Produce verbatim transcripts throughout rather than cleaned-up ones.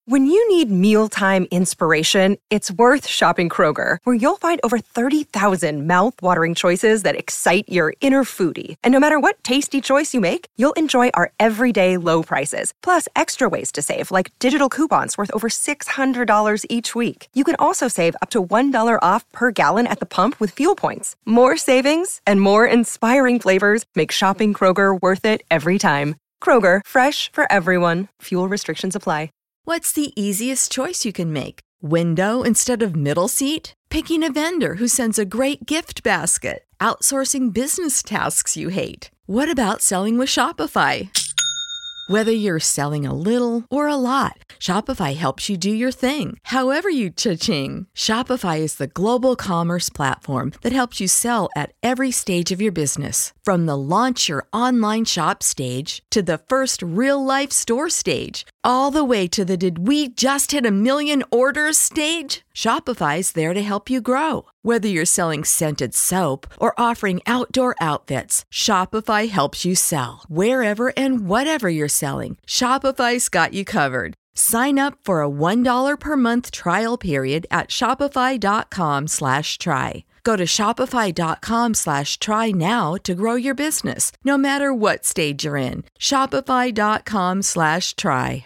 When you need mealtime inspiration, it's worth shopping Kroger, where you'll find over thirty thousand mouth-watering choices that excite your inner foodie. And no matter what tasty choice you make, you'll enjoy our everyday low prices, plus extra ways to save, like digital coupons worth over six hundred dollars each week. You can also save up to one dollar off per gallon at the pump with fuel points. More savings and more inspiring flavors make shopping Kroger worth it every time. Kroger, fresh for everyone. Fuel restrictions apply. What's the easiest choice you can make? Window instead of middle seat? Picking a vendor who sends a great gift basket? Outsourcing business tasks you hate? What about selling with Shopify? Whether you're selling a little or a lot, Shopify helps you do your thing, however you cha-ching. Shopify is the global commerce platform that helps you sell at every stage of your business. From the launch your online shop stage to the first real-life store stage, all the way to the did we just hit a million orders stage? Shopify's there to help you grow. Whether you're selling scented soap or offering outdoor outfits, Shopify helps you sell. Wherever and whatever you're selling, Shopify's got you covered. Sign up for a one dollar per month trial period at shopify.com slash try. Go to shopify.com slash try now to grow your business, no matter what stage you're in. Shopify.com slash try.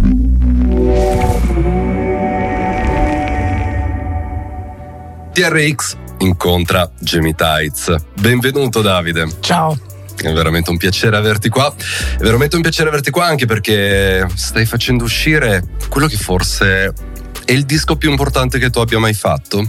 T R X incontra Jamie Tights. Benvenuto Davide. Ciao. È veramente un piacere averti qua. È veramente un piacere averti qua anche perché stai facendo uscire quello che forse è il disco più importante che tu abbia mai fatto.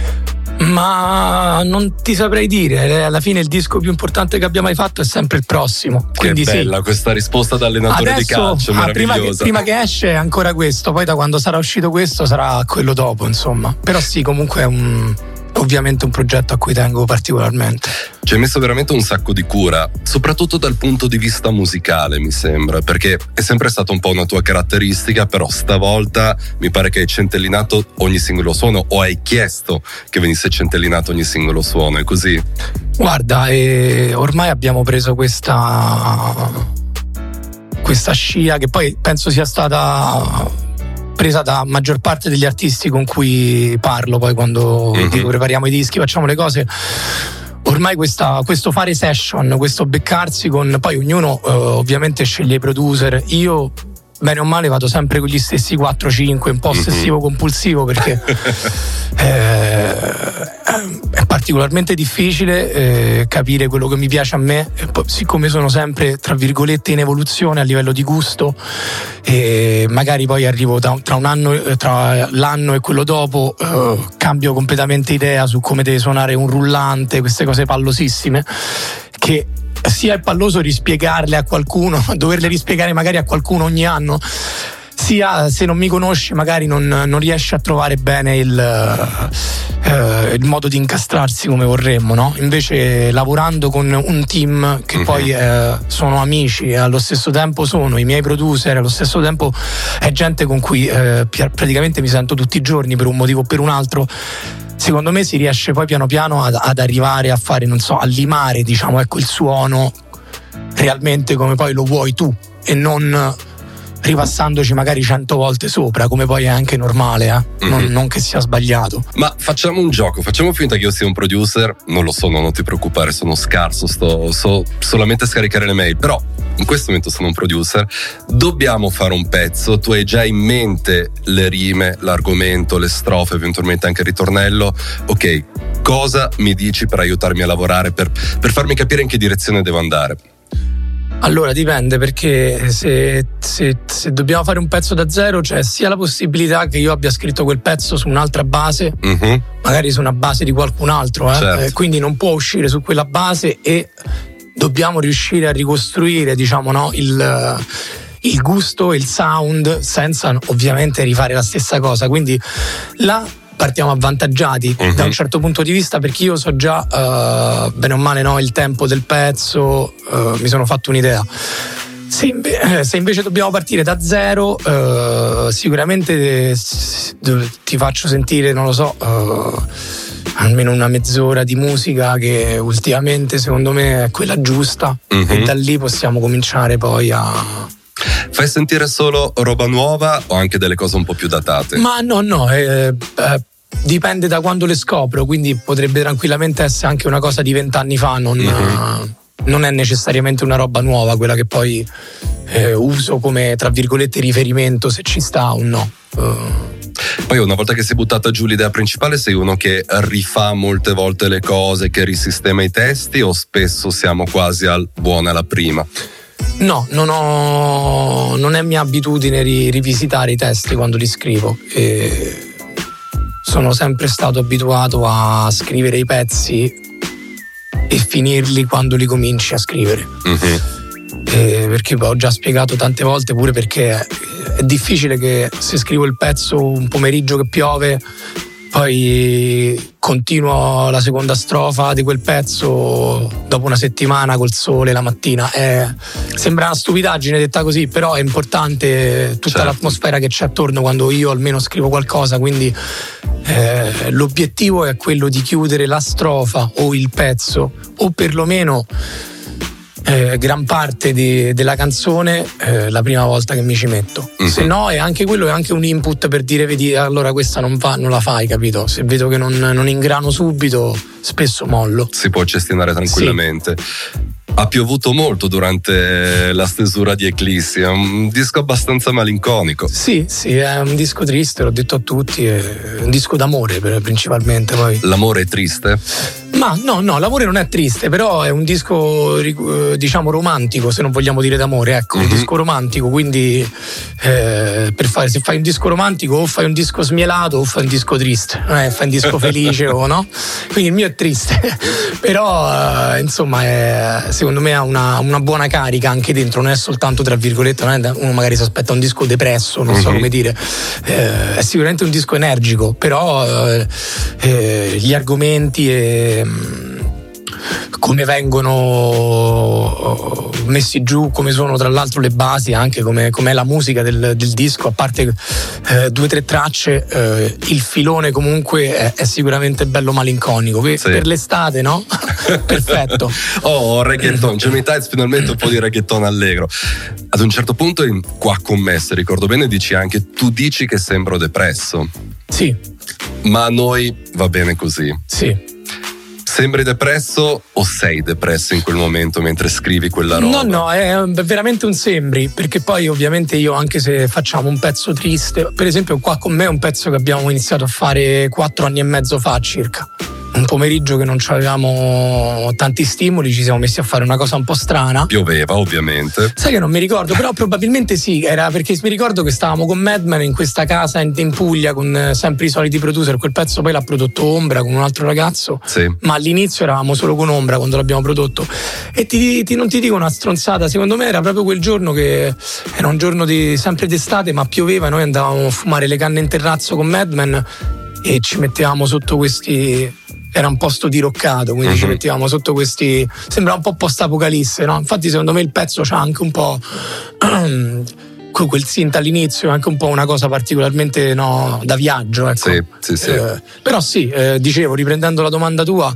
Ma non ti saprei dire, alla fine il disco più importante che abbia mai fatto è sempre il prossimo. Che Quindi bella sì. Questa risposta da allenatore Adesso, di calcio, ah, prima, che, meravigliosa. prima che esce è ancora questo, poi da quando sarà uscito questo sarà quello dopo, insomma. Però sì, comunque è un, ovviamente un progetto a cui tengo particolarmente. Ci hai messo veramente un sacco di cura, soprattutto dal punto di vista musicale, mi sembra, perché è sempre stata un po' una tua caratteristica, però stavolta mi pare che hai centellinato ogni singolo suono, o hai chiesto che venisse centellinato ogni singolo suono, è così? Guarda, eh, ormai abbiamo preso questa questa scia che poi penso sia stata presa da maggior parte degli artisti con cui parlo poi quando mm-hmm. dico prepariamo i dischi, facciamo le cose. Ormai questa, questo fare session, questo beccarsi con, poi ognuno eh, ovviamente sceglie i producer. Io bene o male vado sempre con gli stessi quattro cinque, un po' ossessivo compulsivo perché eh, è particolarmente difficile eh, capire quello che mi piace a me, e poi, siccome sono sempre tra virgolette in evoluzione a livello di gusto, e magari poi arrivo tra, tra un anno, tra l'anno e quello dopo eh, cambio completamente idea su come deve suonare un rullante, queste cose pallosissime che sia è palloso rispiegarle a qualcuno, doverle rispiegare magari a qualcuno ogni anno, sia se non mi conosci magari non, non riesci a trovare bene il, eh, il modo di incastrarsi come vorremmo, no? Invece lavorando con un team che mm-hmm. poi eh, sono amici e allo stesso tempo sono i miei producer, allo stesso tempo è gente con cui eh, praticamente mi sento tutti i giorni per un motivo o per un altro. Secondo me si riesce poi piano piano ad, ad arrivare a fare, non so, a limare, diciamo, ecco, il suono realmente come poi lo vuoi tu e non ripassandoci magari cento volte sopra, come poi è anche normale, eh? non, mm-hmm. non che sia sbagliato. Ma facciamo un gioco, facciamo finta che io sia un producer, non lo sono, non ti preoccupare, sono scarso, sto so solamente a scaricare le mail, però in questo momento sono un producer, dobbiamo fare un pezzo, tu hai già in mente le rime, l'argomento, le strofe, eventualmente anche il ritornello, ok, cosa mi dici per aiutarmi a lavorare, per, per farmi capire in che direzione devo andare? Allora dipende, perché se, se, se dobbiamo fare un pezzo da zero c'è sia la possibilità che io abbia scritto quel pezzo su un'altra base, mm-hmm. magari su una base di qualcun altro, eh? Certo. Eh, quindi non può uscire su quella base e dobbiamo riuscire a ricostruire, diciamo, no, il, il gusto e il sound senza ovviamente rifare la stessa cosa, quindi là partiamo avvantaggiati uh-huh. da un certo punto di vista, perché io so già uh, bene o male, no, il tempo del pezzo, uh, mi sono fatto un'idea. Se, inve- se invece dobbiamo partire da zero, uh, sicuramente ti faccio sentire, non lo so, uh, almeno una mezz'ora di musica che ultimamente secondo me è quella giusta, uh-huh. e da lì possiamo cominciare poi a Fai sentire solo roba nuova o anche delle cose un po' più datate? Ma no, no, eh, eh, dipende da quando le scopro, quindi potrebbe tranquillamente essere anche una cosa di vent'anni fa, non, mm-hmm. non è necessariamente una roba nuova quella che poi eh, uso come, tra virgolette, riferimento, se ci sta o no. Uh. Poi una volta che sei buttata giù l'idea principale, sei uno che rifà molte volte le cose, che risistema i testi, o spesso siamo quasi al buona la prima? No, non ho, non è mia abitudine ri, rivisitare i testi quando li scrivo. E sono sempre stato abituato a scrivere i pezzi e finirli quando li cominci a scrivere. Mm-hmm. Eh, perché ho già spiegato tante volte, pure perché è difficile che se scrivo il pezzo un pomeriggio che piove, poi continuo la seconda strofa di quel pezzo dopo una settimana col sole la mattina. Eh, sembra una stupidaggine detta così, però è importante tutta certo. l'atmosfera che c'è attorno quando io almeno scrivo qualcosa, quindi eh, l'obiettivo è quello di chiudere la strofa o il pezzo, o perlomeno Eh, gran parte di, della canzone eh, la prima volta che mi ci metto. Mm-hmm. Se no, è anche quello è anche un input per dire, vedi, allora questa non va, non la fai, capito? Se vedo che non, non ingrano subito, spesso mollo. Si può cestinare tranquillamente. Sì. Ha piovuto molto durante la stesura di Eclissi, è un disco abbastanza malinconico. Sì, sì, è un disco triste, l'ho detto a tutti, è un disco d'amore principalmente. Poi. L'amore è triste? Ma no, no, l'amore non è triste, però è un disco diciamo romantico, se non vogliamo dire d'amore, ecco, mm-hmm. un disco romantico, quindi eh, per fare, se fai un disco romantico o fai un disco smielato o fai un disco triste, eh, fai un disco felice o no? Quindi il mio è triste, però eh, insomma è, secondo me ha una, una buona carica anche dentro, non è soltanto tra virgolette, non è, uno magari si aspetta un disco depresso, non mm-hmm. so come dire, eh, è sicuramente un disco energico, però eh, eh, gli argomenti e come vengono messi giù, come sono tra l'altro le basi, anche come è la musica del, del disco, a parte eh, due o tre tracce, eh, il filone comunque è, è sicuramente bello malinconico per, sì. per l'estate, no? Perfetto. Oh, reggaeton, Jamie Tights, finalmente un po' di reggaeton allegro. Ad un certo punto in Qua con me, se ricordo bene, dici anche, tu dici che sembro depresso. Sì. Ma a noi va bene così. Sì. Sembri depresso o sei depresso in quel momento mentre scrivi quella roba? No, no, è veramente un sembri, perché poi ovviamente io, anche se facciamo un pezzo triste, per esempio Qua con me è un pezzo che abbiamo iniziato a fare quattro anni e mezzo fa circa. Un pomeriggio che non avevamo tanti stimoli, ci siamo messi a fare una cosa un po' strana. Pioveva ovviamente. Sai che non mi ricordo, però probabilmente sì, era perché mi ricordo che stavamo con Madman in questa casa in, in Puglia con sempre i soliti producer. Quel pezzo poi l'ha prodotto Ombra con un altro ragazzo, sì. ma all'inizio eravamo solo con Ombra quando l'abbiamo prodotto. E ti, ti, non ti dico una stronzata, secondo me era proprio quel giorno che era un giorno di, sempre d'estate, ma pioveva e noi andavamo a fumare le canne in terrazzo con Madman e ci mettevamo sotto questi... Era un posto diroccato, quindi uh-huh. ci mettevamo sotto questi. Sembra un po' post-apocalisse, no? Infatti, secondo me il pezzo c'ha anche un po'. Quel synth all'inizio è anche un po' una cosa particolarmente, no, da viaggio, ecco. Sì, sì, sì. Eh, però sì, eh, dicevo, riprendendo la domanda tua,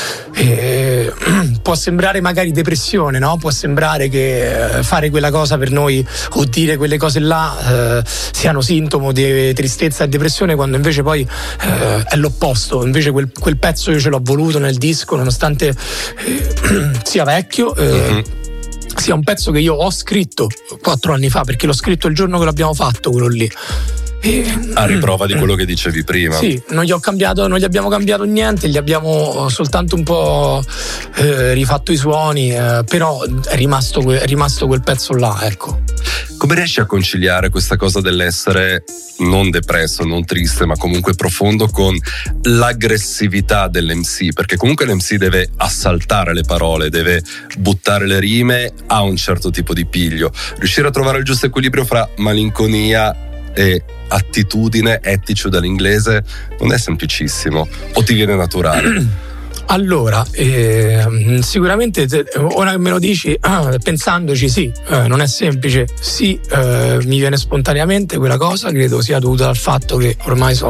eh, può sembrare magari depressione, no? Può sembrare che fare quella cosa per noi o dire quelle cose là eh, siano sintomo di tristezza e depressione, quando invece poi eh, è l'opposto. Invece quel, quel pezzo io ce l'ho voluto nel disco, nonostante eh, sia vecchio. Eh, mm-hmm. Sia un pezzo che io ho scritto quattro anni fa, perché l'ho scritto il giorno che l'abbiamo fatto, quello lì. E, a riprova di quello che dicevi prima. Sì, non gli ho cambiato, non gli abbiamo cambiato niente, gli abbiamo soltanto un po' eh, rifatto i suoni, eh, però è rimasto, è rimasto quel pezzo là, ecco. Come riesci a conciliare questa cosa dell'essere non depresso, non triste, ma comunque profondo, con l'aggressività dell'M C? Perché comunque l'M C deve assaltare le parole, deve buttare le rime, ha un certo tipo di piglio. Riuscire a trovare il giusto equilibrio fra malinconia e attitudine, attitude dall'inglese, non è semplicissimo, o ti viene naturale? Allora, eh, sicuramente ora che me lo dici, eh, pensandoci, sì, eh, non è semplice, sì, eh, mi viene spontaneamente quella cosa, credo sia dovuta al fatto che ormai so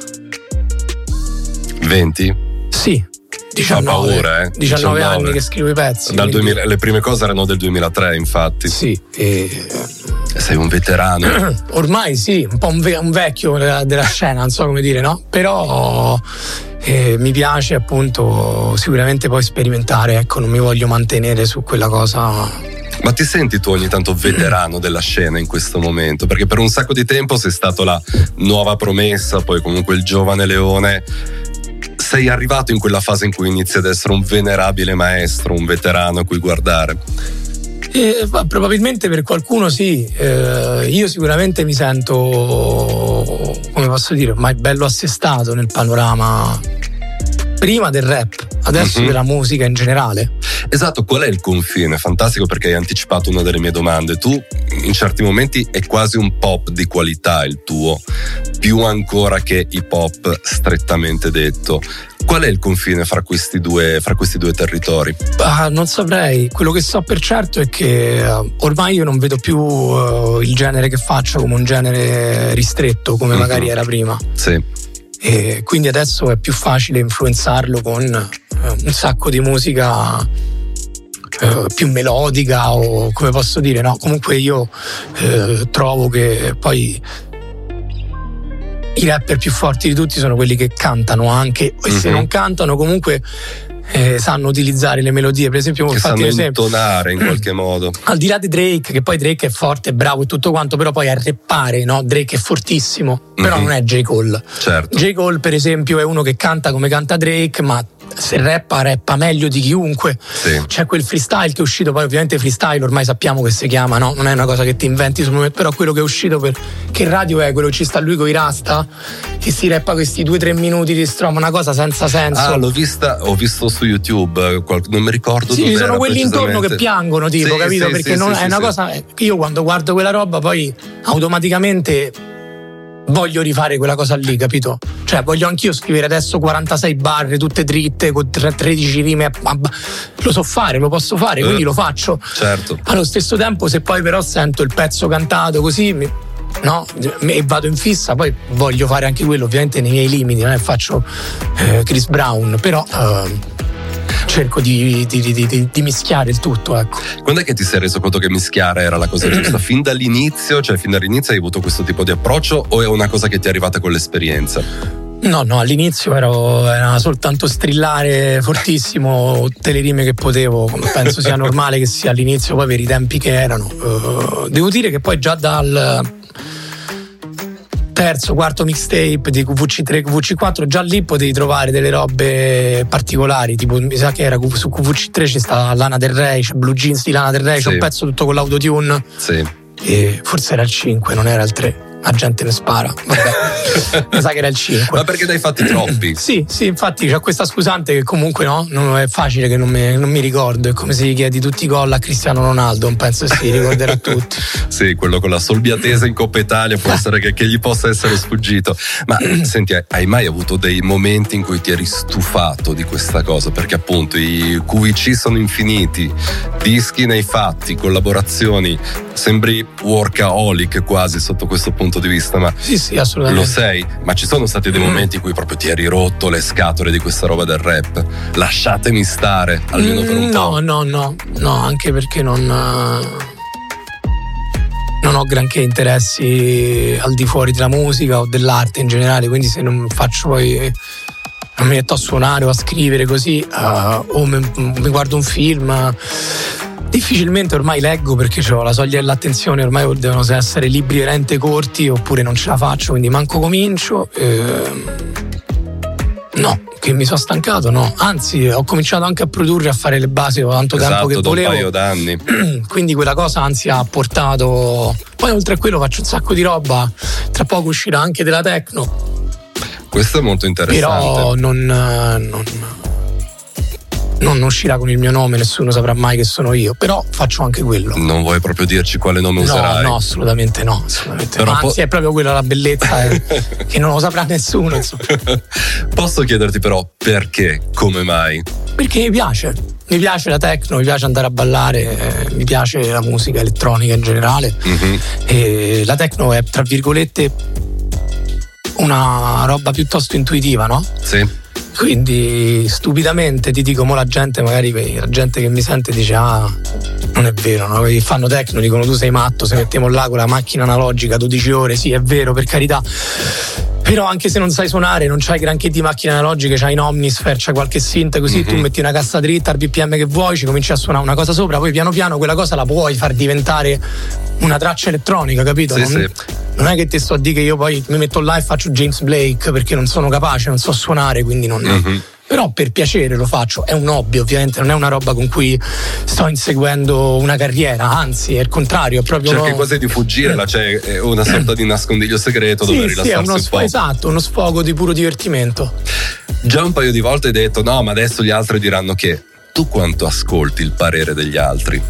venti? Sì, diciannove, paura, eh? diciannove, diciannove anni che scrivo i pezzi. Dal quindi... duemila, le prime cose erano del duemilatré, infatti. Sì, e... sei sei un veterano. Ormai sì, un po' un, ve- un vecchio della, della scena, non so come dire, no? Però eh, mi piace appunto sicuramente poi sperimentare, ecco, non mi voglio mantenere su quella cosa. Ma ti senti tu ogni tanto veterano della scena in questo momento? Perché per un sacco di tempo sei stato la nuova promessa, poi comunque il giovane leone. Sei arrivato in quella fase in cui inizi ad essere un venerabile maestro, un veterano a cui guardare. Eh, probabilmente per qualcuno sì. Eh, io sicuramente mi sento, come posso dire, ormai bello assestato nel panorama prima del rap, adesso uh-huh. della musica in generale. Esatto, qual è il confine? Fantastico, perché hai anticipato una delle mie domande. Tu in certi momenti è quasi un pop di qualità il tuo, più ancora che hip hop strettamente detto. Qual è il confine fra questi due, fra questi due territori? Ah, non saprei. Quello che so per certo è che uh, ormai io non vedo più uh, il genere che faccio come un genere ristretto, come mm-hmm. magari era prima. Sì. E quindi adesso è più facile influenzarlo con uh, un sacco di musica uh, più melodica, o come posso dire, no? Comunque io uh, trovo che poi i rapper più forti di tutti sono quelli che cantano anche, e mm-hmm. se non cantano comunque eh, sanno utilizzare le melodie. Per esempio, che infatti, sanno esempio, intonare in qualche modo. Al di là di Drake, che poi Drake è forte, è bravo e tutto quanto, però poi a rappare, no? Drake è fortissimo, però mm-hmm. non è J. Cole. Certo. J. Cole per esempio è uno che canta come canta Drake, ma se rappa, rappa meglio di chiunque. Sì. C'è quel freestyle che è uscito, poi ovviamente freestyle ormai sappiamo che si chiama, no? Non è una cosa che ti inventi sul momento, però quello che è uscito per che radio è quello, ci sta lui con i rasta che si rappa questi due tre minuti di strom, una cosa senza senso. Ah, l'ho vista, ho visto su YouTube, non mi ricordo. Sì, ci sono quelli intorno che piangono, tipo, sì, capito? Sì, perché sì, non sì, è sì, una sì. cosa. Io quando guardo quella roba poi automaticamente voglio rifare quella cosa lì, capito? Cioè voglio anch'io scrivere adesso quarantasei barre tutte dritte con tredici rime, lo so fare, lo posso fare, quindi eh, lo faccio. Certo. Allo stesso tempo, se poi però sento il pezzo cantato così, no, e vado in fissa, poi voglio fare anche quello, ovviamente nei miei limiti, non è faccio eh, Chris Brown, però eh, cerco di, di, di, di, di mischiare il tutto, ecco. Quando è che ti sei reso conto che mischiare era la cosa giusta? Fin dall'inizio? Cioè fin dall'inizio hai avuto questo tipo di approccio, o è una cosa che ti è arrivata con l'esperienza? No, no, all'inizio ero, era soltanto strillare fortissimo tutte le rime che potevo, come penso sia normale che sia all'inizio, poi per i tempi che erano. Uh, devo dire che poi già dal terzo, quarto mixtape di Q V C tre, Q V C quattro, già lì potevi trovare delle robe particolari, tipo mi sa che era su Q V C tre ci sta Lana Del Rey, c'è Blue Jeans di Lana Del Rey, sì. C'è un pezzo tutto con l'autotune, sì. E forse era il cinque, non era il tre. La gente ne spara, vabbè. Mi sa che era il cinque. Ma perché ne hai fatti troppi? Sì, sì, infatti c'è questa scusante che comunque no, non è facile, che non mi, non mi ricordo. È come se gli chiedi tutti i gol a Cristiano Ronaldo, non penso che si ricorderà tutti. Sì, quello con la solbiatese in Coppa Italia può essere che, che gli possa essere sfuggito. Ma senti, hai mai avuto dei momenti in cui ti eri stufato di questa cosa? Perché appunto i Q V C sono infiniti, dischi nei fatti, collaborazioni, sembri workaholic quasi sotto questo punto di vista, ma sì, sì, assolutamente. Lo sei, ma ci sono stati dei momenti in cui proprio ti eri rotto le scatole di questa roba del rap? Lasciatemi stare, almeno per un no, po'. No, no, no, anche perché non non ho granché interessi al di fuori della musica o dell'arte in generale, quindi se non faccio poi non mi metto a suonare o a scrivere così, uh, o mi, mi guardo un film, difficilmente ormai leggo, perché ho la soglia dell'attenzione, ormai devono essere libri veramente corti oppure non ce la faccio, quindi manco comincio. Ehm, no, che mi sono stancato, no, anzi ho cominciato anche a produrre, a fare le basi da tanto esatto, tempo che da volevo, un paio d'anni. Quindi quella cosa anzi ha portato, poi oltre a quello faccio un sacco di roba, tra poco uscirà anche della techno, questo è molto interessante, però non, non non uscirà con il mio nome, nessuno saprà mai che sono io, però faccio anche quello. Non vuoi proprio dirci quale nome no, userai? No, assolutamente no, assolutamente però no. Anzi po- è proprio quella la bellezza eh, che non lo saprà nessuno, insomma. Posso chiederti però perché, come mai? Perché mi piace, mi piace la techno, mi piace andare a ballare, eh, mi piace la musica elettronica in generale, mm-hmm. E la techno è tra virgolette una roba piuttosto intuitiva, no? Sì. Quindi stupidamente ti dico, mo la gente magari, la gente che mi sente dice ah, non è vero, no? Quelli che fanno techno dicono tu sei matto, se mettiamo là con la macchina analogica dodici ore, sì è vero, per carità, però anche se non sai suonare, non c'hai granché di macchine analogiche, c'hai in Omnisphere, c'hai qualche synth così, mm-hmm. tu metti una cassa dritta al B P M che vuoi, ci cominci a suonare una cosa sopra, poi piano piano quella cosa la puoi far diventare una traccia elettronica, capito? Sì, non, sì. non è che ti sto a dire che io poi mi metto là e faccio James Blake perché non sono capace, non so suonare, quindi non... Mm-hmm. Però per piacere lo faccio, è un hobby ovviamente, non è una roba con cui sto inseguendo una carriera, anzi è il contrario, è proprio cerchi uno... quasi di fuggire, là c'è una sorta di nascondiglio segreto sì, dove sì, rilassarsi è uno un sfo- po'. Esatto, uno sfogo di puro divertimento. Già un paio di volte hai detto no, ma adesso gli altri diranno che. Tu quanto ascolti il parere degli altri?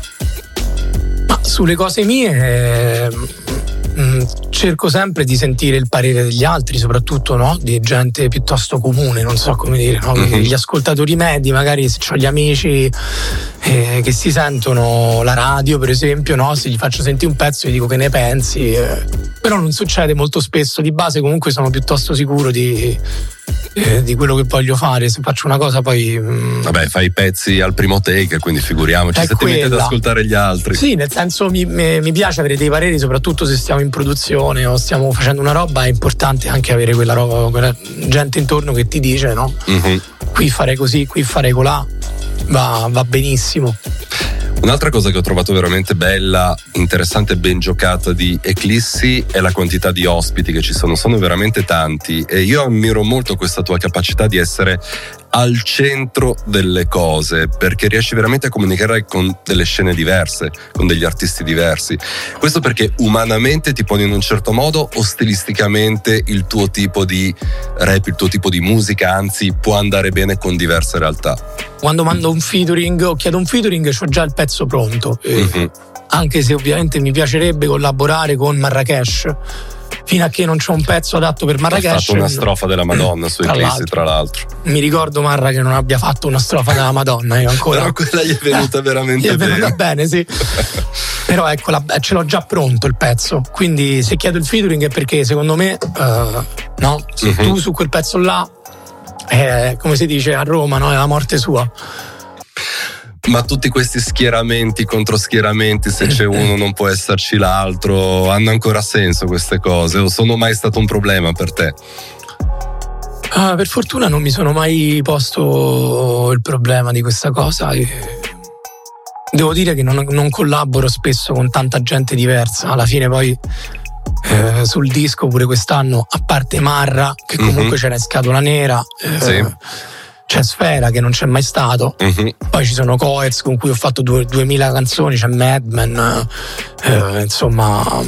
Ma sulle cose mie eh, mh, cerco sempre di sentire il parere degli altri, soprattutto no? Di gente piuttosto comune, non so come dire, no? Mm-hmm. Gli ascoltatori medi, magari se ho gli amici eh, che si sentono la radio per esempio, no? Se gli faccio sentire un pezzo gli dico che ne pensi, eh, però non succede molto spesso, di base comunque sono piuttosto sicuro di Eh, di quello che voglio fare, se faccio una cosa poi mh... vabbè, fai i pezzi al primo take, quindi figuriamoci se quella. ti metti ad ascoltare gli altri. Sì, nel senso mi, mi, mi piace avere dei pareri, soprattutto se stiamo in produzione o stiamo facendo una roba, è importante anche avere quella roba, quella gente intorno che ti dice no, mm-hmm. qui farei così, qui farei colà, va, va benissimo. Un'altra cosa che ho trovato veramente bella, interessante e ben giocata di Eclissi è la quantità di ospiti che ci sono, sono veramente tanti e io ammiro molto questa tua capacità di essere al centro delle cose, perché riesci veramente a comunicare con delle scene diverse, con degli artisti diversi. Questo perché umanamente ti poni in un certo modo o stilisticamente il tuo tipo di rap, il tuo tipo di musica, anzi può andare bene con diverse realtà. Quando mando un featuring o chiedo un featuring c'ho già il pezzo pronto, mm-hmm. anche se ovviamente mi piacerebbe collaborare con Marrakesh, fino a che non c'ho un pezzo adatto per Marrakesh. Ha fatto una strofa della Madonna su Eclissi, tra l'altro. Mi ricordo Marra che non abbia fatto una strofa della Madonna, io ancora. Però quella gli è venuta veramente gli è venuta bene. bene, sì. Però ecco, la, ce l'ho già pronto il pezzo, quindi se chiedo il featuring è perché secondo me, uh, no, se mm-hmm. tu su quel pezzo là, eh, come si dice a Roma, no, è la morte sua. Ma tutti questi schieramenti contro schieramenti, se c'è uno non può esserci l'altro, hanno ancora senso queste cose o sono mai stato un problema per te? Ah, per fortuna non mi sono mai posto il problema di questa cosa e devo dire che non, non collaboro spesso con tanta gente diversa, alla fine poi eh, sul disco pure quest'anno, a parte Marra che comunque mm-hmm. c'era in scatola nera, eh, sì. c'è Sfera che non c'è mai stato, mm-hmm. poi ci sono Coez con cui ho fatto due, duemila canzoni, c'è Madman, eh, insomma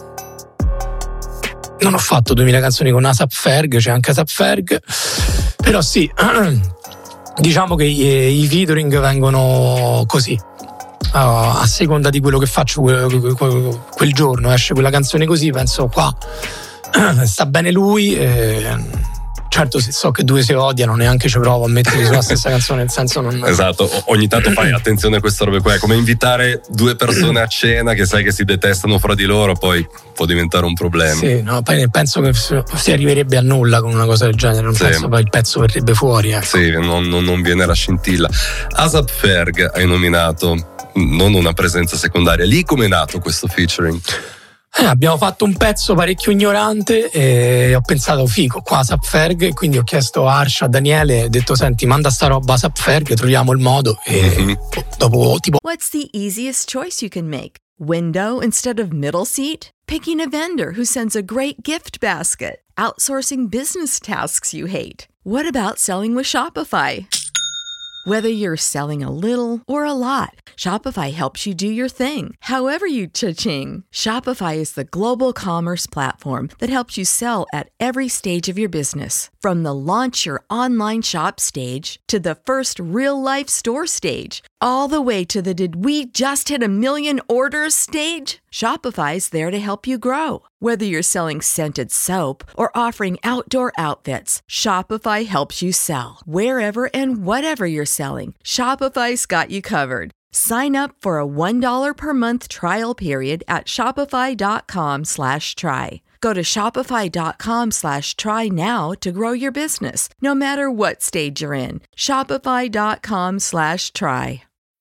non ho fatto duemila canzoni con Asap Ferg, c'è anche Asap Ferg, però sì, diciamo che i, i featuring vengono così, uh, a seconda di quello che faccio quel, quel, quel giorno, esce quella canzone così, penso qua sta bene lui, eh, certo se so che due si odiano neanche ci provo a metterli sulla stessa canzone, nel senso non... Esatto, ogni tanto fai attenzione a queste robe qua, è come invitare due persone a cena che sai che si detestano fra di loro, poi può diventare un problema. Sì, no, poi penso che si arriverebbe a nulla con una cosa del genere, non sì. penso poi il pezzo verrebbe fuori, ecco. Sì, non, non, non viene la scintilla. Asap Ferg hai nominato, non una presenza secondaria, lì come è nato questo featuring? Eh, abbiamo fatto un pezzo parecchio ignorante e ho pensato figo qua Asap Ferg, e quindi ho chiesto a Arsh, a Daniele, ho detto senti manda sta roba a Asap Ferg, troviamo il modo e mm-hmm. dopo tipo... What's the easiest choice you can make? Window instead of middle seat? Picking a vendor who sends a great gift basket? Outsourcing business tasks you hate? What about selling with Shopify? Whether you're selling a little or a lot, Shopify helps you do your thing, however you cha-ching. Shopify is the global commerce platform that helps you sell at every stage of your business. From the launch your online shop stage to the first real-life store stage, all the way to the did we just hit a million orders stage? Shopify's there to help you grow. Whether you're selling scented soap or offering outdoor outfits, Shopify helps you sell. Wherever and whatever you're selling, Shopify's got you covered. Sign up for a one dollar per month trial period at shopify.com slash try. Go to shopify.com slash try now to grow your business, no matter what stage you're in. Shopify.com slash try.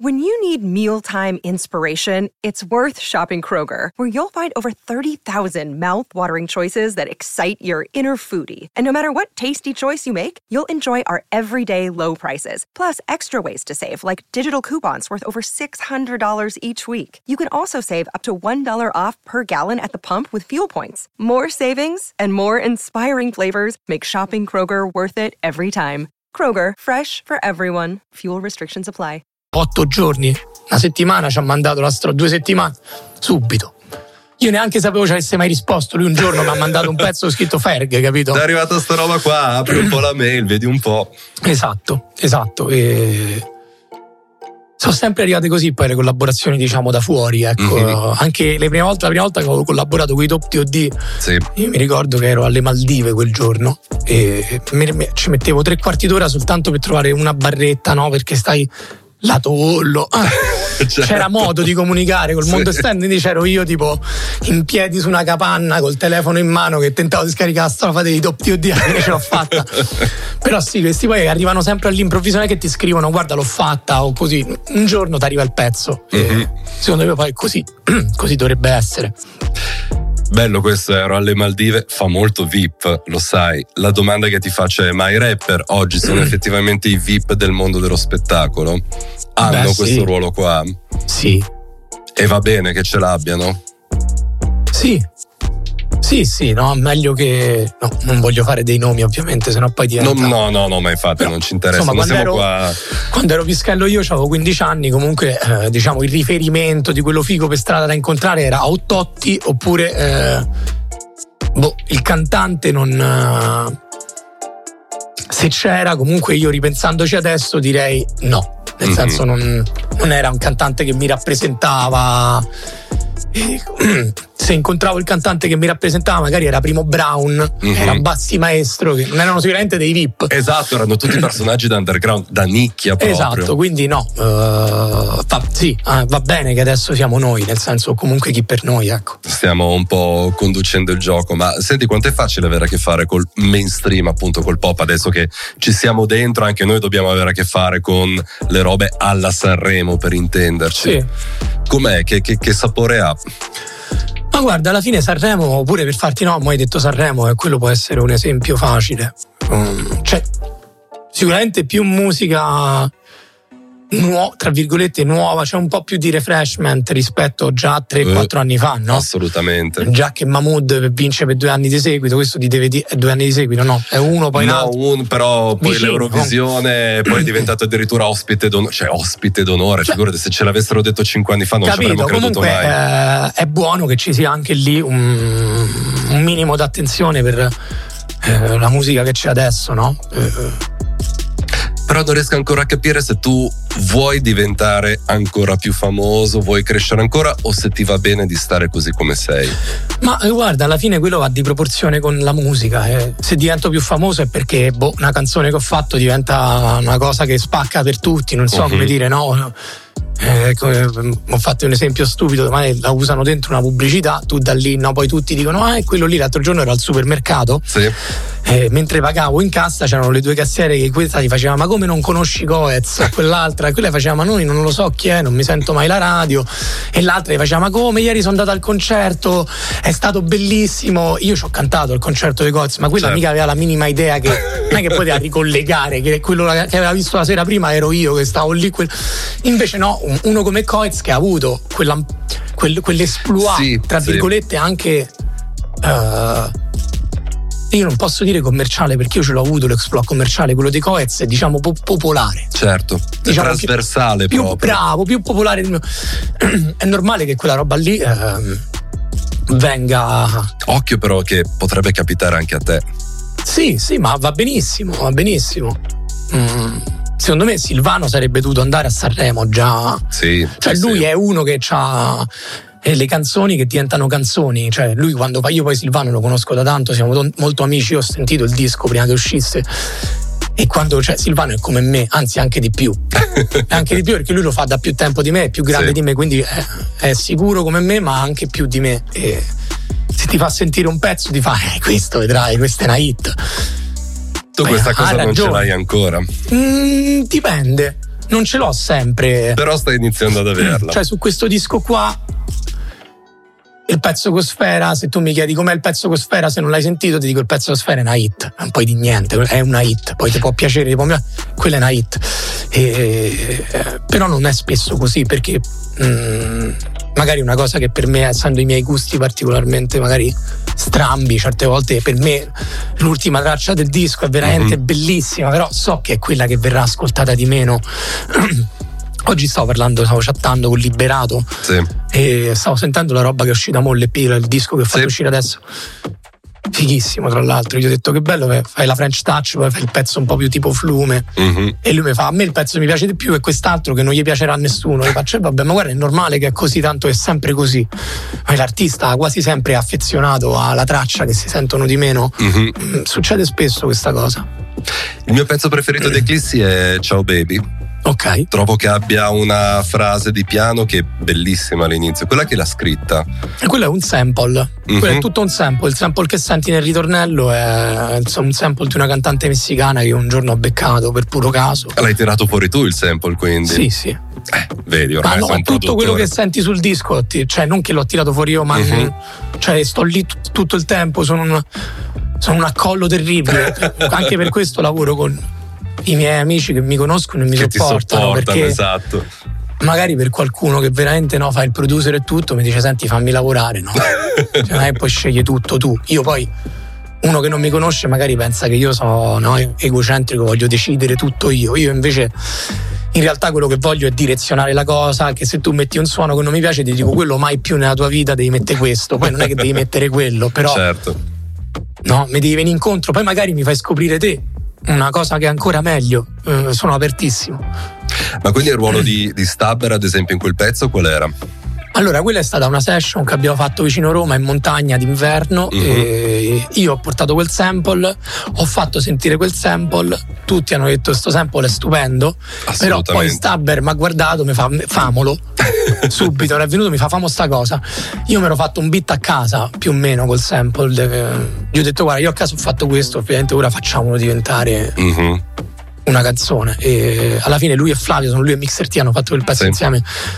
When you need mealtime inspiration, it's worth shopping Kroger, where you'll find over thirty thousand mouth-watering choices that excite your inner foodie. And no matter what tasty choice you make, you'll enjoy our everyday low prices, plus extra ways to save, like digital coupons worth over six hundred dollars each week. You can also save up to one dollar off per gallon at the pump with fuel points. More savings and more inspiring flavors make shopping Kroger worth it every time. Kroger, fresh for everyone. Fuel restrictions apply. Otto giorni, una settimana ci ha mandato la storia, due settimane, subito. Io neanche sapevo ci avesse mai risposto. Lui un giorno mi ha mandato un pezzo scritto Ferg, capito? È arrivata sta roba qua, apri un po' la mail, vedi un po'. Esatto, esatto. E... sono sempre arrivate così poi le collaborazioni, diciamo, da fuori, ecco. Mm-hmm. Anche le prime volte, la prima volta che avevo collaborato con i Top T O D, sì. Io mi ricordo che ero alle Maldive quel giorno e ci mettevo tre quarti d'ora soltanto per trovare una barretta, no? Perché stai lato Ollo, ah, certo. C'era modo di comunicare col mondo sì. esterno, quindi c'ero io tipo in piedi su una capanna col telefono in mano che tentavo di scaricare la strofa dei Top T O D, che ce l'ho fatta. Però sì, questi poi arrivano sempre all'improvviso, non è che ti scrivono guarda l'ho fatta o così, un giorno ti arriva il pezzo. Mm-hmm. E secondo me poi così così dovrebbe essere. Bello questo, ero alle Maldive, fa molto V I P, lo sai. La domanda che ti faccio è: ma i rapper oggi sono effettivamente i V I P del mondo dello spettacolo? Hanno Beh, questo sì. ruolo qua? Sì. E va bene che ce l'abbiano? Sì. Sì, sì, no, meglio che... No, non voglio fare dei nomi ovviamente, sennò poi diventa... No, no, no, no ma infatti Però, non ci interessa, insomma, non siamo ero, qua... Quando ero pischello io, avevo quindici anni, comunque, eh, diciamo, il riferimento di quello figo per strada da incontrare era Ottotti, oppure... Eh, boh, il cantante non... Eh, se c'era, comunque io ripensandoci adesso direi no. Nel mm-hmm. senso non, non era un cantante che mi rappresentava... Se incontravo il cantante che mi rappresentava magari era Primo Brown, mm-hmm. era Bassi Maestro, che non erano sicuramente dei V I P. Esatto, erano tutti personaggi da underground, da nicchia proprio. Esatto, quindi no, uh, va, sì, uh, va bene che adesso siamo noi, nel senso comunque chi per noi, ecco. Stiamo un po' conducendo il gioco, ma senti quanto è facile avere a che fare col mainstream, appunto col pop, adesso che ci siamo dentro, anche noi dobbiamo avere a che fare con le robe alla Sanremo, per intenderci. Sì. Com'è? Che, che, che sapore ha? Ma guarda, alla fine Sanremo, pure per farti no, mo hai detto Sanremo e quello può essere un esempio facile. Um, cioè, sicuramente più musica nuova, tra virgolette nuova, c'è un po' più di refreshment rispetto già a tre quattro uh, anni fa, no? Assolutamente. Già che Mahmood vince per due anni di seguito, questo ti deve dire due anni di seguito, no? È uno, poi no, un un, però poi vicino, l'Eurovisione, no? Poi è diventato addirittura ospite d'onore, cioè ospite d'onore, cioè, figurati se ce l'avessero detto cinque anni fa non capito, ci avremmo creduto comunque, mai. Eh, è buono che ci sia anche lì un, un minimo d'attenzione per eh, la musica che c'è adesso, no? Eh, Però non riesco ancora a capire se tu vuoi diventare ancora più famoso, vuoi crescere ancora o se ti va bene di stare così come sei. Ma guarda, alla fine quello va di proporzione con la musica. Eh. Se divento più famoso è perché boh, una canzone che ho fatto diventa una cosa che spacca per tutti, non so uh-huh. come dire, no? Eh, ho fatto un esempio stupido, ma la usano dentro una pubblicità, tu da lì, no, poi tutti dicono ah, è quello lì, l'altro giorno ero al supermercato, sì. eh, mentre pagavo in cassa c'erano le due cassiere che questa ti faceva ma come non conosci Coez, quell'altra, e quella faceva ma noi non lo so chi è, non mi sento mai la radio, e l'altra gli faceva ma come, ieri sono andata al concerto, è stato bellissimo, io ci ho cantato al concerto di Coez, ma quella certo. mica aveva la minima idea che non è che poteva ricollegare che quello che aveva visto la sera prima ero io che stavo lì, quel... invece no, uno come Coez che ha avuto quella, quel, quell'esploit sì, tra virgolette sì. anche uh, io non posso dire commerciale perché io ce l'ho avuto l'exploit commerciale, quello di Coez è diciamo po- popolare, certo, diciamo trasversale più, proprio più bravo, più popolare. È normale che quella roba lì uh, venga, occhio però che potrebbe capitare anche a te. Sì, sì, ma va benissimo, va benissimo. Mm. Secondo me Silvano sarebbe dovuto andare a Sanremo già. Sì, cioè sì, lui sì. è uno che ha le canzoni che diventano canzoni. Cioè lui quando fa, io poi Silvano lo conosco da tanto, siamo don, molto amici, ho sentito il disco prima che uscisse. E quando cioè Silvano è come me, anzi anche di più. Anche di più perché lui lo fa da più tempo di me, è più grande sì. di me, quindi è, è sicuro come me, ma anche più di me. E se ti fa sentire un pezzo ti fa, eh, questo vedrai, questa è una hit. Tu questa Beh, cosa non ce l'hai ancora? Mm, dipende. non ce l'ho sempre. Però stai iniziando ad averla. Cioè su questo disco qua, il pezzo con Sfera, se tu mi chiedi com'è il pezzo con Sfera, se non l'hai sentito ti dico il pezzo con Sfera è una hit, non puoi di niente, è una hit, poi ti può piacere, ti può... quella è una hit, e, eh, però non è spesso così, perché mm, magari una cosa che per me, essendo i miei gusti particolarmente magari strambi, certe volte per me l'ultima traccia del disco è veramente mm-hmm. bellissima, però so che è quella che verrà ascoltata di meno. Oggi stavo parlando, stavo chattando con Liberato, sì. e stavo sentendo la roba che è uscita mo', l'E P, il disco che ho fatto sì. uscire adesso, fighissimo tra l'altro. Gli ho detto che bello, fai la French Touch, poi fai il pezzo un po' più tipo Flume, mm-hmm. e lui mi fa, a me il pezzo mi piace di più e quest'altro che non gli piacerà a nessuno. Io faccio, vabbè, ma guarda, è normale che è così, tanto è sempre così, ma l'artista quasi sempre è affezionato alla traccia che si sentono di meno, mm-hmm. succede spesso questa cosa. Il mio pezzo preferito dei Eclissi è Ciao Baby. Ok. Trovo che abbia una frase di piano che è bellissima all'inizio, quella che l'ha scritta. E quello è un sample, mm-hmm. quello è tutto un sample. Il sample che senti nel ritornello è un sample di una cantante messicana che un giorno ho beccato per puro caso. L'hai tirato fuori tu il sample, quindi? Sì, sì. Eh, vedi, ormai ma no, sei un tutto produttore. Quello che senti sul disco, cioè non che l'ho tirato fuori io, ma mm-hmm. cioè sto lì t- tutto il tempo, sono un, sono un accollo terribile. Anche per questo lavoro con i miei amici che mi conoscono e mi che sopportano, ti sopportano, perché esatto. magari per qualcuno che veramente no fa il producer e tutto mi dice senti fammi lavorare, no, cioè, non è poi scegli tutto tu. Io poi, uno che non mi conosce magari pensa che io sono no, egocentrico, voglio decidere tutto io. Io invece in realtà quello che voglio è direzionare la cosa, che se tu metti un suono che non mi piace ti dico quello mai più nella tua vita devi mettere questo, poi non è che devi mettere quello, però certo. no, mi devi venire incontro, poi magari mi fai scoprire te una cosa che è ancora meglio, eh, sono apertissimo. Ma quindi il ruolo di, di Stabber ad esempio in quel pezzo qual era? Allora, quella è stata una session che abbiamo fatto vicino Roma in montagna d'inverno, mm-hmm. e io ho portato quel sample, ho fatto sentire quel sample, tutti hanno detto sto sample è stupendo, però poi Stabber mi ha guardato, mi fa famolo subito, era venuto, mi fa famo sta cosa. Io mi ero fatto un beat a casa più o meno col sample, gli ho detto guarda io a casa ho fatto questo, ovviamente ora facciamolo diventare mm-hmm. una canzone, e alla fine lui e Flavio, sono lui e Mixer T, hanno fatto quel pezzo sì. insieme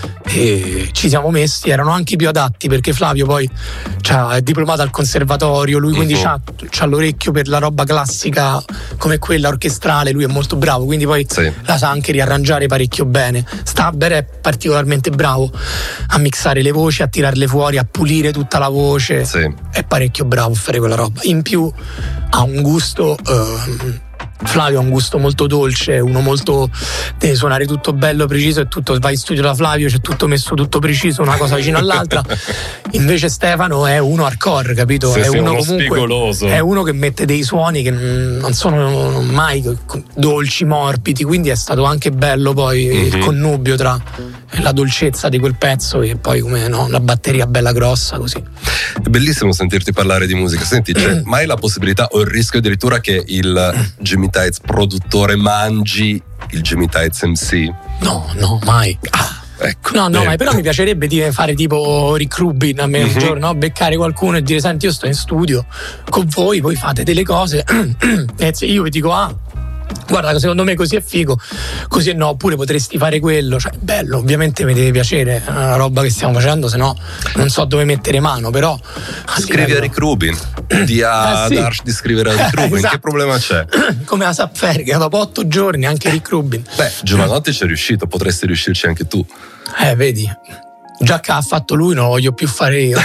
e ci siamo messi, erano anche più adatti perché Flavio poi è diplomato al conservatorio, lui quindi uh-huh. c'ha, c'ha l'orecchio per la roba classica come quella orchestrale, lui è molto bravo, quindi poi sì. la sa anche riarrangiare parecchio bene. Stabber è particolarmente bravo a mixare le voci, a tirarle fuori, a pulire tutta la voce, sì. è parecchio bravo a fare quella roba, in più ha un gusto uh, Flavio ha un gusto molto dolce, uno molto deve suonare tutto bello, preciso, e tutto, vai in studio da Flavio, c'è tutto messo tutto preciso, una cosa vicino all'altra. Invece Stefano è uno hardcore, capito? Sì, è sì, uno, uno comunque spigoloso. È uno che mette dei suoni che non sono mai dolci, morbidi, quindi è stato anche bello poi mm-hmm. il connubio tra la dolcezza di quel pezzo e poi come no, la batteria bella grossa così. È bellissimo sentirti parlare di musica. Senti, c'è mai la possibilità o il rischio addirittura che il Jimmy Tights produttore mangi il Jimmy Tights M C? No, no, mai. Ah, ecco. No, no, ma però mi piacerebbe dire, fare tipo Rick Rubin a me mm-hmm. un giorno, no? Beccare qualcuno e dire senti io sto in studio con voi, voi fate delle cose e io vi dico ah guarda secondo me così è figo, così no, oppure potresti fare quello, cioè bello, ovviamente mi deve piacere una roba che stiamo facendo, se no non so dove mettere mano, però scrivi livello... a Rick Rubin, di a eh, sì. Darsh di scrivere a Rick Rubin, esatto. Che problema c'è? Come la Sapferga, dopo otto giorni anche Rick Rubin. Beh, Giovanotti c'è riuscito, potresti riuscirci anche tu. Eh, vedi, già che ha fatto lui non lo voglio più fare io.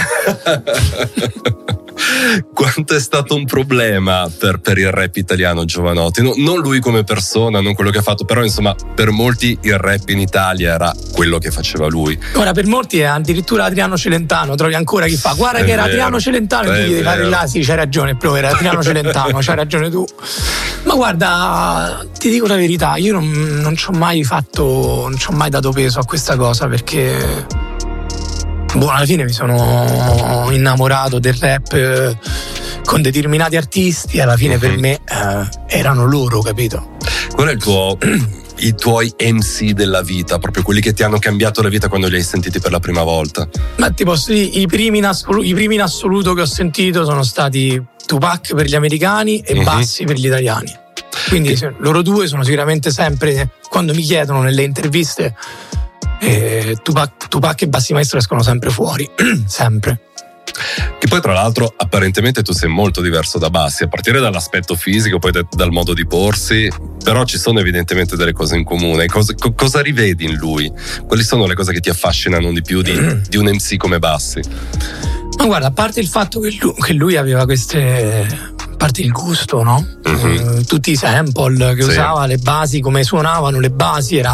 Quanto è stato un problema per, per il rap italiano Giovanotti? No, non lui come persona, non quello che ha fatto, però insomma per molti il rap in Italia era quello che faceva lui. Ora per molti è addirittura Adriano Celentano, trovi ancora chi fa guarda è che vero, era Adriano Celentano e tu gli devi fare là, sì c'hai ragione, però era Adriano Celentano, c'hai ragione tu. Ma guarda, ti dico la verità, io non, non ci ho mai fatto, non ci ho mai dato peso a questa cosa perché boh, alla fine mi sono innamorato del rap eh, con determinati artisti e alla fine uh-huh. per me eh, erano loro, capito? Qual è il tuo i tuoi M C della vita, proprio quelli che ti hanno cambiato la vita quando li hai sentiti per la prima volta? Ma ti posso dire, i primi in assoluto, i primi in assoluto che ho sentito sono stati Tupac per gli americani e uh-huh. Bassi per gli italiani. Quindi che... loro due sono sicuramente sempre, quando mi chiedono nelle interviste, eh, Tupac, Tupac e Bassi Maestro escono sempre fuori, sempre. Che poi tra l'altro apparentemente tu sei molto diverso da Bassi, a partire dall'aspetto fisico, poi da, dal modo di porsi, però ci sono evidentemente delle cose in comune. Cosa, co, cosa rivedi in lui? Quali sono le cose che ti affascinano di più di, di un M C come Bassi? Ma guarda, a parte il fatto che lui, che lui aveva queste, a parte il gusto, no? Mm-hmm. Uh, tutti i sample che sì. usava, le basi, come suonavano le basi, era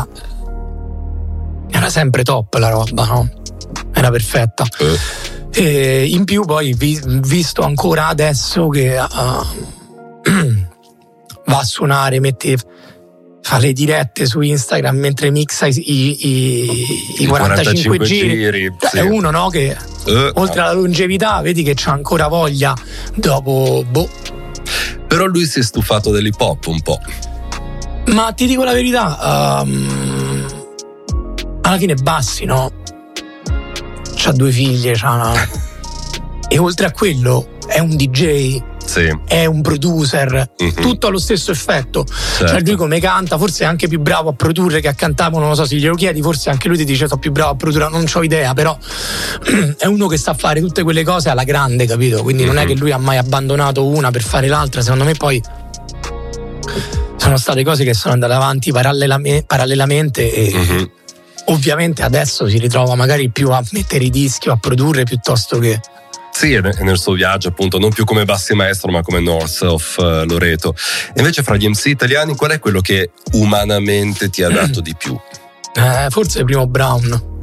era sempre top la roba, no? Era perfetta. Uh. E in più poi vi, visto ancora adesso che uh, va a suonare, mette, fa le dirette su Instagram mentre mixa i, i, i, i quarantacinque, quarantacinque giri, giri sì. È uno, no, che uh, oltre alla longevità vedi che c'ha ancora voglia dopo boh. Però lui si è stufato dell'hip hop un po'. Ma ti dico la verità, um, alla fine Bassi, no? C'ha due figlie, c'ha una... e oltre a quello è un D J, sì. è un producer, mm-hmm. tutto ha lo stesso effetto. Certo. Cioè lui come canta, forse è anche più bravo a produrre che a cantare, non lo so, se glielo chiedi forse anche lui ti dice sono più bravo a produrre, non c'ho idea, però è uno che sa fare tutte quelle cose alla grande, capito? Quindi mm-hmm. non è che lui ha mai abbandonato una per fare l'altra, secondo me poi sono state cose che sono andate avanti parallelamente, parallelamente e mm-hmm. ovviamente adesso si ritrova magari più a mettere i dischi o a produrre piuttosto che... Sì, è nel suo viaggio appunto, non più come Bassi Maestro ma come North of Loreto. E invece fra gli M C italiani qual è quello che umanamente ti ha dato di più? Eh, forse Primo Brown.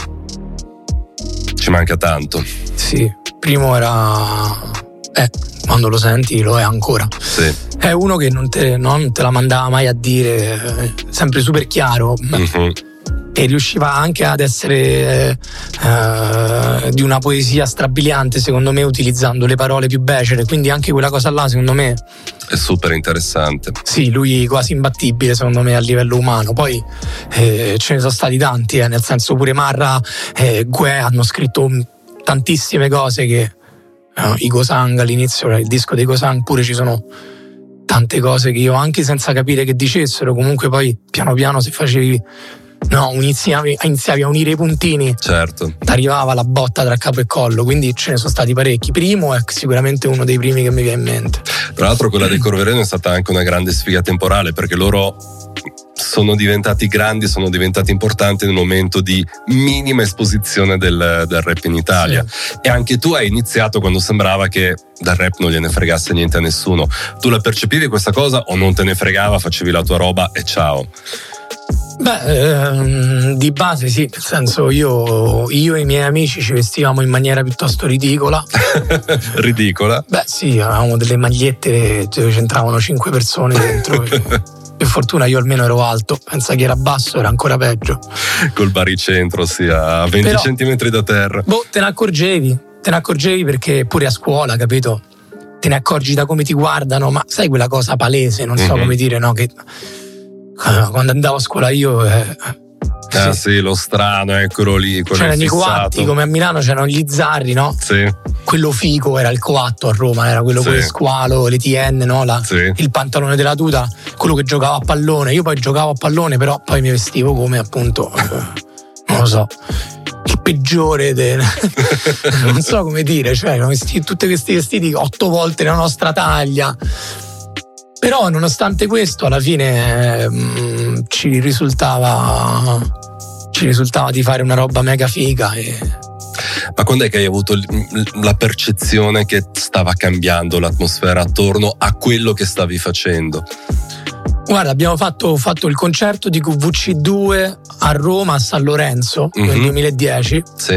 Ci manca tanto. Sì, Primo era... Eh, quando lo senti lo è ancora. Sì. È uno che non te, non te la mandava mai a dire, sempre super chiaro. Mm-hmm. E riusciva anche ad essere eh, di una poesia strabiliante, secondo me, utilizzando le parole più becere, quindi anche quella cosa là secondo me è super interessante. Sì, lui quasi imbattibile secondo me a livello umano. Poi eh, ce ne sono stati tanti, eh, nel senso pure Marra e eh, Gue hanno scritto tantissime cose che eh, i Gosang all'inizio, il disco dei Gosang pure ci sono tante cose che io anche senza capire che dicessero, comunque poi piano piano se facevi no, iniziavi, iniziavi a unire i puntini, certo, ti arrivava la botta tra capo e collo, quindi ce ne sono stati parecchi. Primo è sicuramente uno dei primi che mi viene in mente. Tra l'altro quella dei Corvereno è stata anche una grande sfiga temporale, perché loro sono diventati grandi, sono diventati importanti nel momento di minima esposizione del, del rap in Italia. Sì. E anche tu hai iniziato quando sembrava che dal rap non gliene fregasse niente a nessuno. Tu la percepivi questa cosa o non te ne fregava, facevi la tua roba e ciao? Beh, ehm, di base sì, nel senso io, io e i miei amici ci vestivamo in maniera piuttosto ridicola. Ridicola? Beh sì, avevamo delle magliette dove c'entravano cinque persone dentro. Per fortuna io almeno ero alto, pensa che era basso era ancora peggio. Col baricentro, sì, a venti Però, centimetri da terra. Boh, te ne accorgevi, te ne accorgevi perché pure a scuola, capito? Te ne accorgi da come ti guardano, ma sai quella cosa palese, non so mm-hmm. come dire, no? Che quando andavo a scuola io eh, ah sì. sì, lo strano, eccolo lì, c'erano i coatti, come a Milano c'erano gli zarri, no? Sì. Quello figo era il coatto a Roma, era quello sì. con le squalo, le T N, no? La, sì. il pantalone della tuta, quello che giocava a pallone. Io poi giocavo a pallone, però poi mi vestivo come appunto non lo so, il peggiore de... non so come dire, cioè tutti questi vestiti otto volte la nostra taglia. Però nonostante questo alla fine mh, ci risultava ci risultava di fare una roba mega figa. E... Ma quando è che hai avuto la percezione che stava cambiando l'atmosfera attorno a quello che stavi facendo? Guarda, abbiamo fatto, fatto il concerto di Q V C due a Roma, a San Lorenzo, mm-hmm. nel duemiladieci. Sì.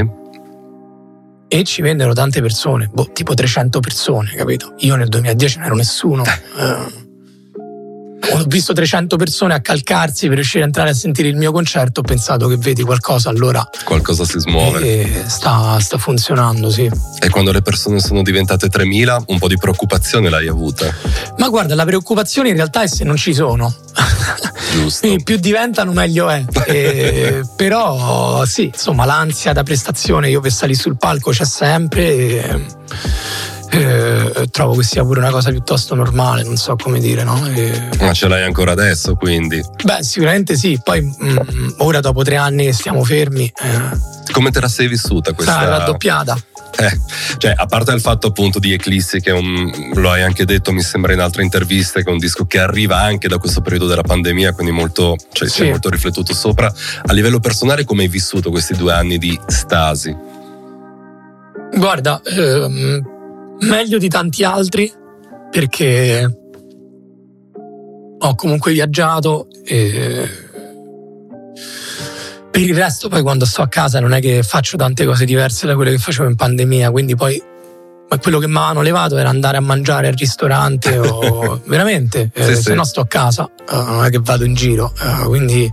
E ci vennero tante persone, boh, tipo trecento persone, capito? Io nel duemiladieci non ero nessuno. eh. Ho visto trecento persone accalcarsi per riuscire a entrare a sentire il mio concerto, ho pensato che vedi qualcosa, allora qualcosa si smuove e sta, sta funzionando, sì. E quando le persone sono diventate tremila un po' di preoccupazione l'hai avuta? Ma guarda, la preoccupazione in realtà è se non ci sono. Giusto. Quindi più diventano meglio è. E, però sì, insomma l'ansia da prestazione, io per salire sul palco c'è sempre e, eh, trovo che sia pure una cosa piuttosto normale, non so come dire, no? E... Ma ce l'hai ancora adesso, quindi? Beh, sicuramente sì, poi mh, ora dopo tre anni che stiamo fermi... Eh, come te la sei vissuta questa? Sarà raddoppiata. Eh, cioè, a parte il fatto appunto di Eclissi, che è un, lo hai anche detto mi sembra in altre interviste, che è un disco che arriva anche da questo periodo della pandemia, quindi molto, cioè, sì. si è molto riflettuto sopra. A livello personale, come hai vissuto questi due anni di stasi? Guarda, ehm, meglio di tanti altri, perché ho comunque viaggiato e per il resto poi quando sto a casa non è che faccio tante cose diverse da quelle che facevo in pandemia, quindi poi quello che mi avevano levato era andare a mangiare al ristorante o veramente, eh, sì, se no sto a casa, eh, non è che vado in giro, eh, quindi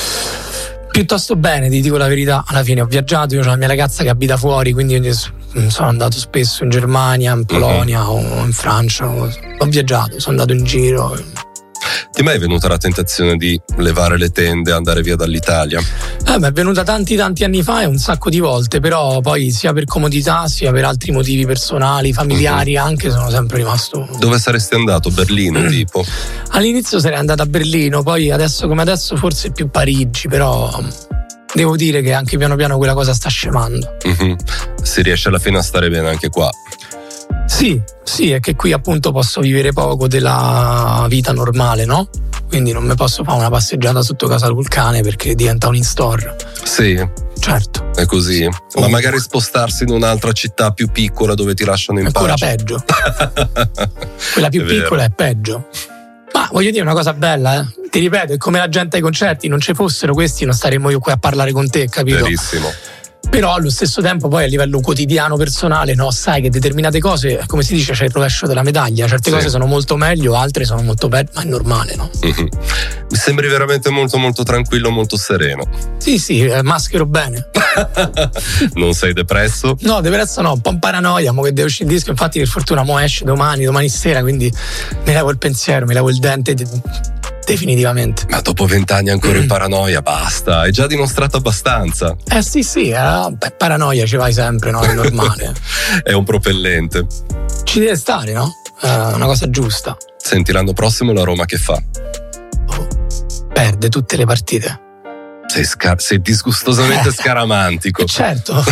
piuttosto bene, ti dico la verità. Alla fine ho viaggiato, io ho la mia ragazza che abita fuori, quindi sono andato spesso in Germania, in Polonia uh-huh. o in Francia, ho viaggiato, sono andato in giro. Ti è mai venuta la tentazione di levare le tende e andare via dall'Italia? Eh, beh, è venuta tanti tanti anni fa e un sacco di volte, però poi sia per comodità sia per altri motivi personali, familiari uh-huh. anche, sono sempre rimasto. Dove saresti andato? Berlino mm. tipo? All'inizio sarei andato a Berlino, poi adesso come adesso forse più Parigi, però devo dire che anche piano piano quella cosa sta scemando. Uh-huh. Si riesce alla fine a stare bene anche qua? Sì, sì, è che qui appunto posso vivere poco della vita normale, no? Quindi non mi posso fare una passeggiata sotto casa col cane perché diventa un in-store. Sì. Certo. È così? Sì. Ma magari spostarsi in un'altra città più piccola dove ti lasciano in ancora pace. Peggio. Quella più è piccola è peggio. Ma voglio dire una cosa bella, eh? Ti ripeto, è come la gente ai concerti, non ci fossero questi non staremmo io qui a parlare con te, capito? Verissimo. Però allo stesso tempo poi a livello quotidiano personale, no, sai che determinate cose, come si dice, c'è il rovescio della medaglia, certe sì. cose sono molto meglio, altre sono molto peggio, ma è normale, no? Mm-hmm. Mi sembri veramente molto molto tranquillo, molto sereno. Sì, sì, maschero bene. Non sei depresso? No, depresso no, un po' in paranoia, mo che deve uscire il disco, infatti per fortuna mo esce domani, domani sera, quindi mi levo il pensiero, mi levo il dente definitivamente. Ma dopo vent'anni ancora in paranoia, basta, hai già dimostrato abbastanza. Eh sì sì, eh, beh, paranoia ci vai sempre, no? È normale. È un propellente. Ci deve stare, no? È una cosa giusta. Senti, l'anno prossimo la Roma che fa? Oh, perde tutte le partite. Sei, scar- sei disgustosamente eh, scaramantico. Certo.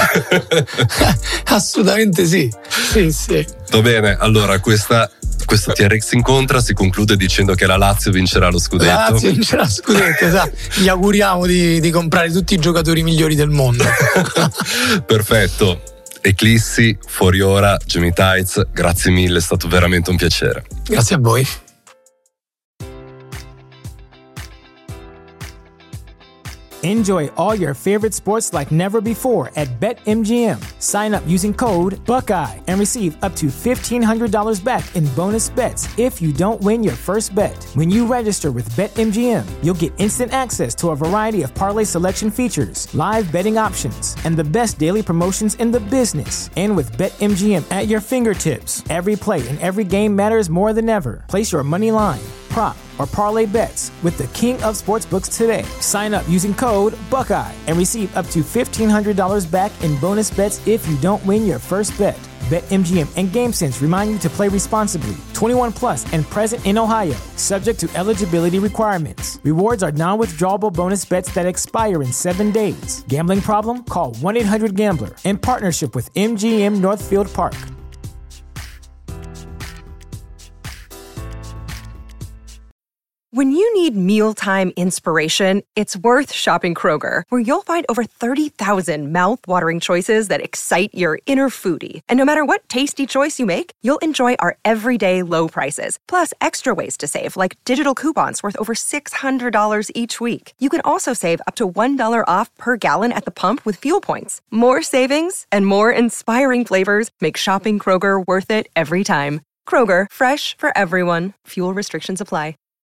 Assolutamente sì. Sì, sì. Va bene, allora questa questo T R X Incontra si conclude dicendo che la Lazio vincerà lo scudetto. La Lazio vincerà lo scudetto, esatto. Gli auguriamo di, di comprare tutti i giocatori migliori del mondo. Perfetto. Eclissi, fuori ora, Jamie Tights, grazie mille, è stato veramente un piacere. Grazie a voi. Enjoy all your favorite sports like never before at BetMGM. Sign up using code Buckeye and receive up to fifteen hundred dollars back in bonus bets if you don't win your first bet. When you register with BetMGM, you'll get instant access to a variety of parlay selection features, live betting options, and the best daily promotions in the business. And with BetMGM at your fingertips, every play and every game matters more than ever. Place your money line, prop, or parlay bets with the king of sportsbooks today. Sign up using code Buckeye and receive up to fifteen hundred dollars back in bonus bets if you don't win your first bet. BetMGM and GameSense remind you to play responsibly. twenty-one plus and present in Ohio, subject to eligibility requirements. Rewards are non-withdrawable bonus bets that expire in seven days. Gambling problem? Call one eight hundred gambler in partnership with M G M Northfield Park. When you need mealtime inspiration, it's worth shopping Kroger, where you'll find over thirty thousand mouth-watering choices that excite your inner foodie. And no matter what tasty choice you make, you'll enjoy our everyday low prices, plus extra ways to save, like digital coupons worth over six hundred dollars each week. You can also save up to one dollar off per gallon at the pump with fuel points. More savings and more inspiring flavors make shopping Kroger worth it every time. Kroger, fresh for everyone. Fuel restrictions apply.